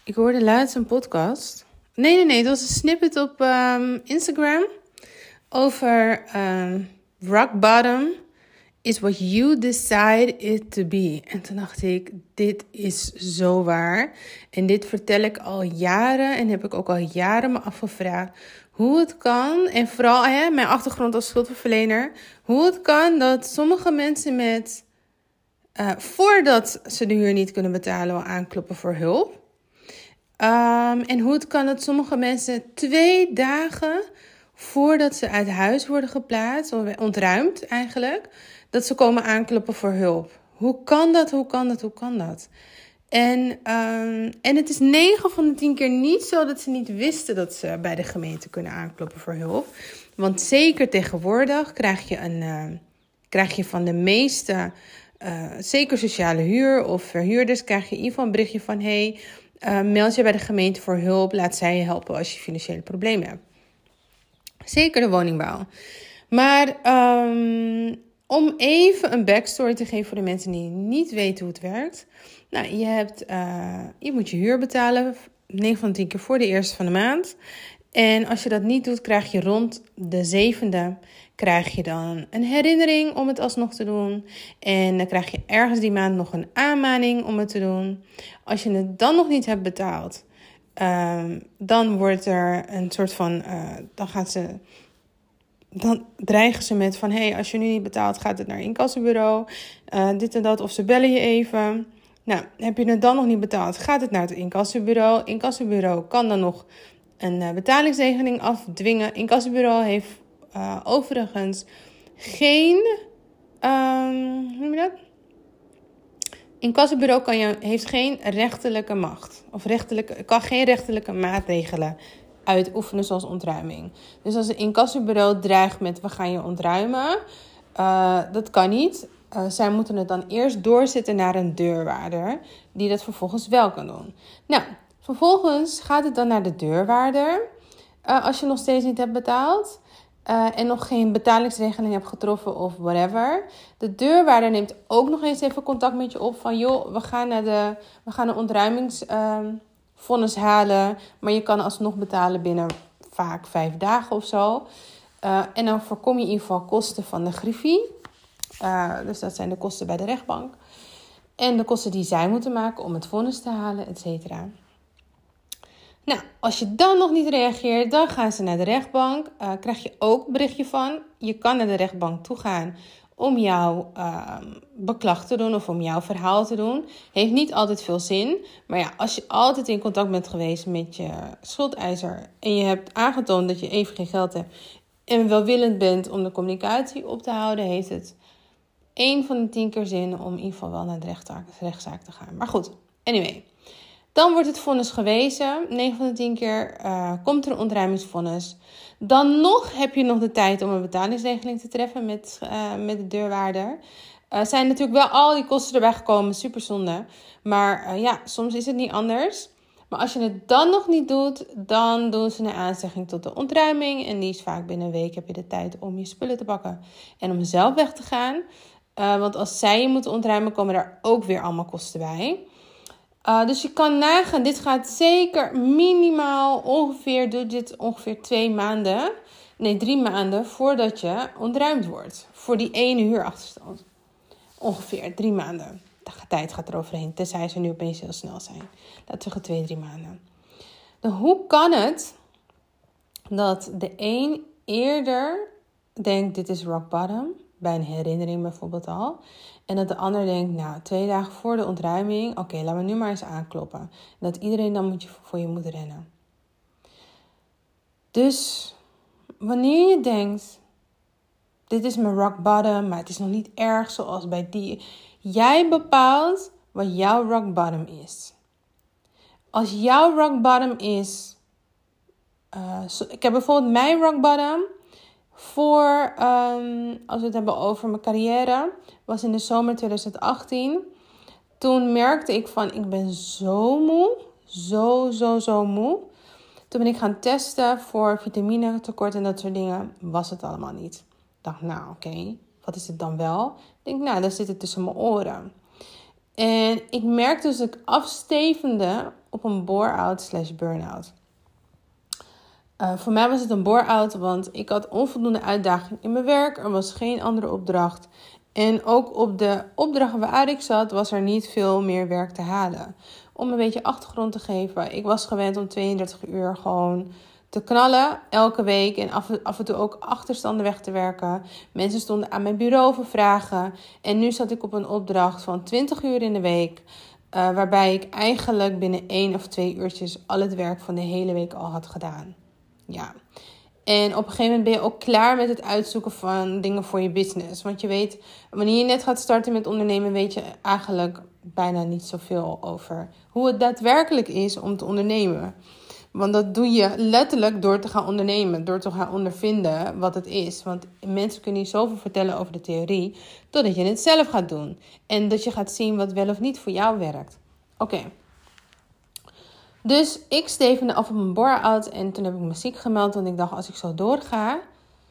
Ik hoorde laatst een podcast. Nee. Het was een snippet op Instagram. Over rock bottom is what you decide it to be. En toen dacht ik, dit is zo waar. En dit vertel ik al jaren. En heb ik ook al jaren me afgevraagd. Hoe het kan, en vooral mijn achtergrond als schuldverlener. Hoe het kan dat sommige mensen met... voordat ze de huur niet kunnen betalen, al aankloppen voor hulp. En hoe het kan dat sommige mensen 2 dagen voordat ze uit huis worden geplaatst, of ontruimd eigenlijk, dat ze komen aankloppen voor hulp. Hoe kan dat? En het is 9 van de 10 keer niet zo dat ze niet wisten dat ze bij de gemeente kunnen aankloppen voor hulp. Want zeker tegenwoordig krijg je van de meeste, zeker sociale huur of verhuurders, krijg je in ieder geval een berichtje van meld je bij de gemeente voor hulp, laat zij je helpen als je financiële problemen hebt. Zeker de woningbouw. Maar om even een backstory te geven voor de mensen die niet weten hoe het werkt. Nou, je moet je huur betalen 9 van de 10 keer voor de eerste van de maand. En als je dat niet doet, krijg je rond de 7e krijg je dan een herinnering om het alsnog te doen. En dan krijg je ergens die maand nog een aanmaning om het te doen. Als je het dan nog niet hebt betaald, dan wordt er een soort van... Dan dreigen ze met van... als je nu niet betaalt, gaat het naar incassobureau. Dit en dat, of ze bellen je even. Nou, heb je het dan nog niet betaald, gaat het naar het incassobureau. Incassobureau kan dan nog een betalingsregeling afdwingen. Incassobureau heeft overigens geen... hoe noem je dat? Incassobureau heeft geen rechterlijke macht. Of kan geen rechterlijke maatregelen uitoefenen zoals ontruiming. Dus als een incassobureau dreigt met we gaan je ontruimen, dat kan niet. Zij moeten het dan eerst doorzetten naar een deurwaarder die dat vervolgens wel kan doen. Nou, vervolgens gaat het dan naar de deurwaarder als je nog steeds niet hebt betaald en nog geen betalingsregeling hebt getroffen of whatever. De deurwaarder neemt ook nog eens even contact met je op van joh, we gaan een ontruimingsvonnis halen, maar je kan alsnog betalen binnen vaak 5 dagen of zo. En dan voorkom je in ieder geval kosten van de griffie. Dus dat zijn de kosten bij de rechtbank. En de kosten die zij moeten maken om het vonnis te halen, et cetera. Nou, als je dan nog niet reageert, dan gaan ze naar de rechtbank. Krijg je ook een berichtje van. Je kan naar de rechtbank toe gaan om jouw beklag te doen of om jouw verhaal te doen. Heeft niet altijd veel zin. Maar ja, als je altijd in contact bent geweest met je schuldeiser en je hebt aangetoond dat je even geen geld hebt en welwillend bent om de communicatie op te houden, heeft het 1 van de 10 keer zin om in ieder geval wel naar de rechtszaak te gaan. Maar goed, anyway. Dan wordt het vonnis gewezen. 9 van de 10 keer komt er een ontruimingsvonnis. Dan heb je nog de tijd om een betalingsregeling te treffen met de deurwaarder. Zijn natuurlijk wel al die kosten erbij gekomen. Super zonde. Maar soms is het niet anders. Maar als je het dan nog niet doet, dan doen ze een aanzegging tot de ontruiming. En die is vaak binnen een week heb je de tijd om je spullen te pakken. En om zelf weg te gaan. Want als zij je moeten ontruimen, komen er ook weer allemaal kosten bij. Dus je kan nagaan, dit gaat zeker minimaal ongeveer 3 maanden voordat je ontruimd wordt. Voor die 1 huurachterstand. Ongeveer 3 maanden. De tijd gaat eroverheen, tenzij ze nu opeens heel snel zijn. Dat zeggen 2-3 maanden. Dan hoe kan het dat de een eerder denkt dit is rock bottom, bij een herinnering bijvoorbeeld al. En dat de ander denkt, 2 dagen voor de ontruiming, oké, laten we nu maar eens aankloppen. En dat iedereen dan voor je moet rennen. Dus wanneer je denkt, dit is mijn rock bottom, maar het is nog niet erg zoals bij die. Jij bepaalt wat jouw rock bottom is. Als jouw rock bottom is, ik heb bijvoorbeeld mijn rock bottom. Als we het hebben over mijn carrière, was in de zomer 2018. Toen merkte ik ik ben zo moe. Zo moe. Toen ben ik gaan testen voor vitaminetekort en dat soort dingen. Was het allemaal niet. Ik dacht, oké, wat is het dan wel? Ik denk, dan zit het tussen mijn oren. En ik merkte dus dat ik afstevende op een bore-out/burn-out. Voor mij was het een bore-out, want ik had onvoldoende uitdaging in mijn werk. Er was geen andere opdracht. En ook op de opdracht waar ik zat, was er niet veel meer werk te halen. Om een beetje achtergrond te geven. Ik was gewend om 32 uur gewoon te knallen elke week. En af en toe ook achterstanden weg te werken. Mensen stonden aan mijn bureau voor vragen. En nu zat ik op een opdracht van 20 uur in de week. Waarbij ik eigenlijk binnen 1 of 2 uurtjes al het werk van de hele week al had gedaan. Ja. En op een gegeven moment ben je ook klaar met het uitzoeken van dingen voor je business. Want je weet, wanneer je net gaat starten met ondernemen, weet je eigenlijk bijna niet zoveel over hoe het daadwerkelijk is om te ondernemen. Want dat doe je letterlijk door te gaan ondernemen, door te gaan ondervinden wat het is. Want mensen kunnen je zoveel vertellen over de theorie, totdat je het zelf gaat doen. En dat je gaat zien wat wel of niet voor jou werkt. Oké. Dus ik stevende af op mijn bore-out en toen heb ik me ziek gemeld. Want ik dacht, als ik zo doorga,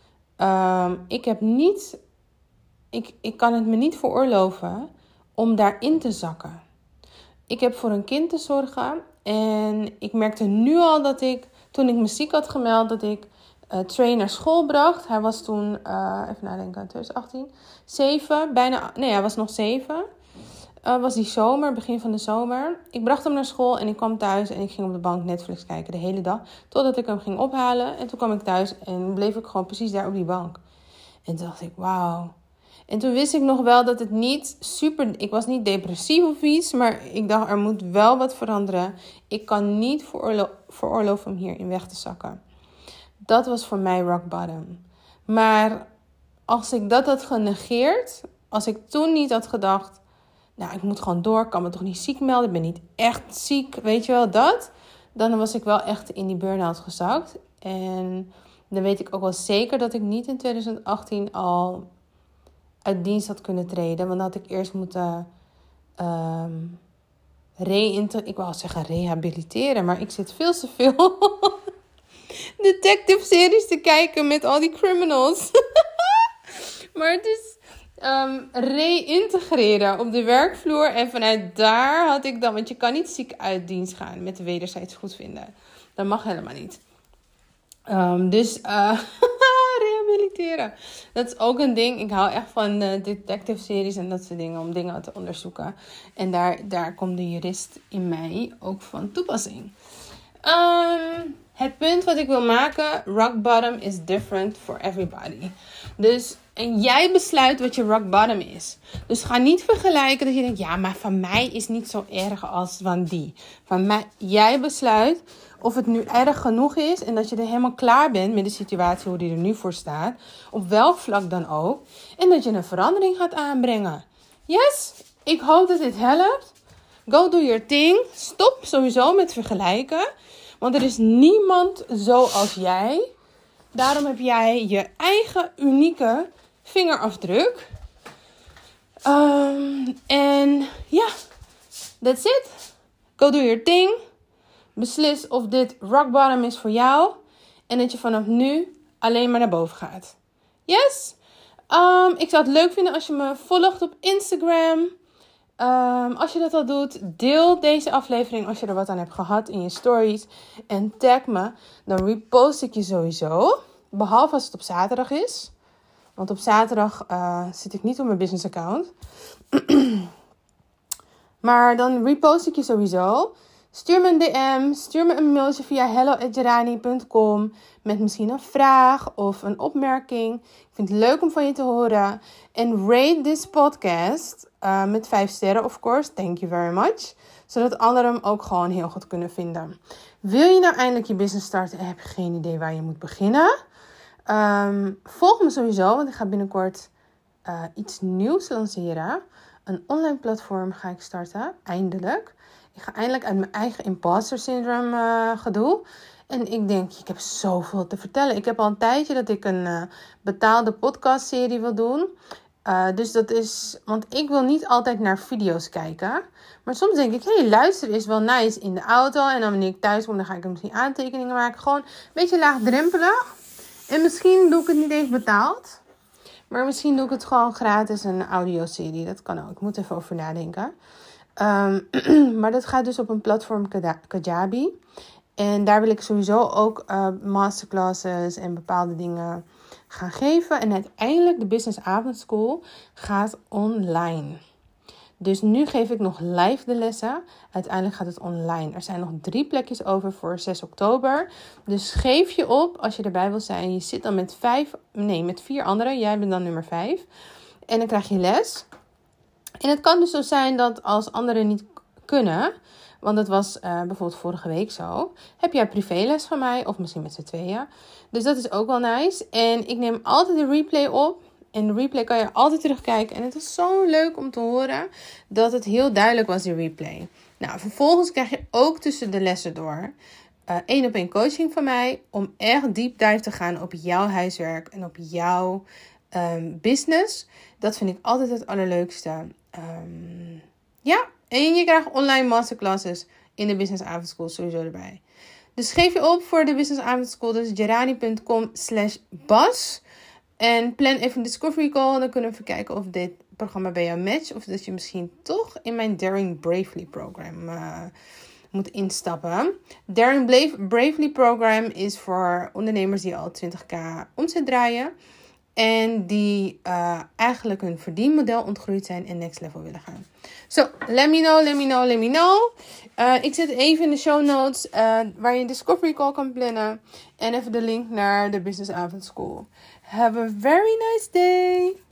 ik kan het me niet veroorloven om daarin te zakken. Ik heb voor een kind te zorgen en ik merkte nu al dat toen ik me ziek had gemeld, dat ik Trey naar school bracht. Hij was toen, even nadenken, 2018, 7, hij was nog 7. Was die zomer, begin van de zomer. Ik bracht hem naar school en ik kwam thuis en ik ging op de bank Netflix kijken de hele dag. Totdat ik hem ging ophalen en toen kwam ik thuis en bleef ik gewoon precies daar op die bank. En toen dacht ik, wauw. En toen wist ik nog wel dat het niet ik was niet depressief of iets, maar ik dacht, er moet wel wat veranderen. Ik kan niet veroorloven om hierin weg te zakken. Dat was voor mij rock bottom. Maar als ik dat had genegeerd, als ik toen niet had gedacht, nou, ik moet gewoon door, ik kan me toch niet ziek melden, ik ben niet echt ziek, weet je wel, dat. Dan was ik wel echt in die burn-out gezakt. En dan weet ik ook wel zeker dat ik niet in 2018 al uit dienst had kunnen treden. Want dan had ik eerst moeten ik wou zeggen rehabiliteren, maar ik zit veel te veel detective series te kijken met al die criminals. Maar het is reïntegreren op de werkvloer. En vanuit daar had ik dan, want je kan niet ziek uit dienst gaan met wederzijds goedvinden. Dat mag helemaal niet. Rehabiliteren. Dat is ook een ding. Ik hou echt van detective series en dat soort dingen om dingen te onderzoeken. En daar komt de jurist in mij ook van toepassing. Het punt wat ik wil maken, rock bottom is different for everybody. En jij besluit wat je rock bottom is. Dus ga niet vergelijken dat je denkt, ja, maar van mij is niet zo erg als van die. Jij besluit of het nu erg genoeg is en dat je er helemaal klaar bent met de situatie hoe die er nu voor staat. Op welk vlak dan ook. En dat je een verandering gaat aanbrengen. Yes, ik hoop dat dit helpt. Go do your thing. Stop sowieso met vergelijken. Want er is niemand zoals jij. Daarom heb jij je eigen unieke vingerafdruk. En ja, that's it. Go do your thing. Beslis of dit rock bottom is voor jou. En dat je vanaf nu alleen maar naar boven gaat. Yes? Ik zou het leuk vinden als je me volgt op Instagram. Als je dat al doet, deel deze aflevering als je er wat aan hebt gehad in je stories. En tag me, dan repost ik je sowieso. Behalve als het op zaterdag is. Want op zaterdag zit ik niet op mijn business account. Maar dan repost ik je sowieso. Stuur me een DM, stuur me een mailtje via hello@jerani.com met misschien een vraag of een opmerking. Ik vind het leuk om van je te horen. En rate this podcast met 5 sterren, of course. Thank you very much. Zodat anderen hem ook gewoon heel goed kunnen vinden. Wil je nou eindelijk je business starten en heb je geen idee waar je moet beginnen? Volg me sowieso, want ik ga binnenkort iets nieuws lanceren. Een online platform ga ik starten, eindelijk. Ik ga eindelijk uit mijn eigen imposter syndrome gedoe. En ik denk, ik heb zoveel te vertellen. Ik heb al een tijdje dat ik een betaalde podcastserie wil doen. Dus dat is, want ik wil niet altijd naar video's kijken. Maar soms denk ik, hey, luisteren is wel nice in de auto. En dan wanneer ik thuis kom, dan ga ik er misschien aantekeningen maken. Gewoon een beetje laagdrempelig. En misschien doe ik het niet eens betaald. Maar misschien doe ik het gewoon gratis, een audioserie. Dat kan ook. Ik moet even over nadenken. Maar dat gaat dus op een platform Kajabi. En daar wil ik sowieso ook masterclasses en bepaalde dingen gaan geven. En uiteindelijk de Business Avondschool gaat online. Dus nu geef ik nog live de lessen. Uiteindelijk gaat het online. Er zijn nog 3 plekjes over voor 6 oktober. Dus geef je op als je erbij wil zijn. Je zit dan met 4 anderen. Jij bent dan nummer 5. En dan krijg je les. En het kan dus zo zijn dat als anderen niet kunnen, want dat was bijvoorbeeld vorige week zo, heb jij privéles van mij of misschien met z'n tweeën. Dus dat is ook wel nice. En ik neem altijd de replay op. En de replay kan je altijd terugkijken. En het is zo leuk om te horen dat het heel duidelijk was, die replay. Nou, vervolgens krijg je ook tussen de lessen door 1-op-1 coaching van mij. Om echt deep dive te gaan op jouw huiswerk en op jouw business. Dat vind ik altijd het allerleukste. En je krijgt online masterclasses in de Business Avondschool sowieso erbij. Dus geef je op voor de Business Avondschool. Dus gerani.com/bas. En plan even een discovery call. Dan kunnen we even kijken of dit programma bij jou matcht. Of dat je misschien toch in mijn Daring Bravely program moet instappen. Daring Bravely program is voor ondernemers die al 20k omzet draaien. En die eigenlijk hun verdienmodel ontgroeid zijn en next level willen gaan. So, let me know. Ik zet even in de show notes waar je een discovery call kan plannen. En even de link naar de Business Avondschool. Have a very nice day.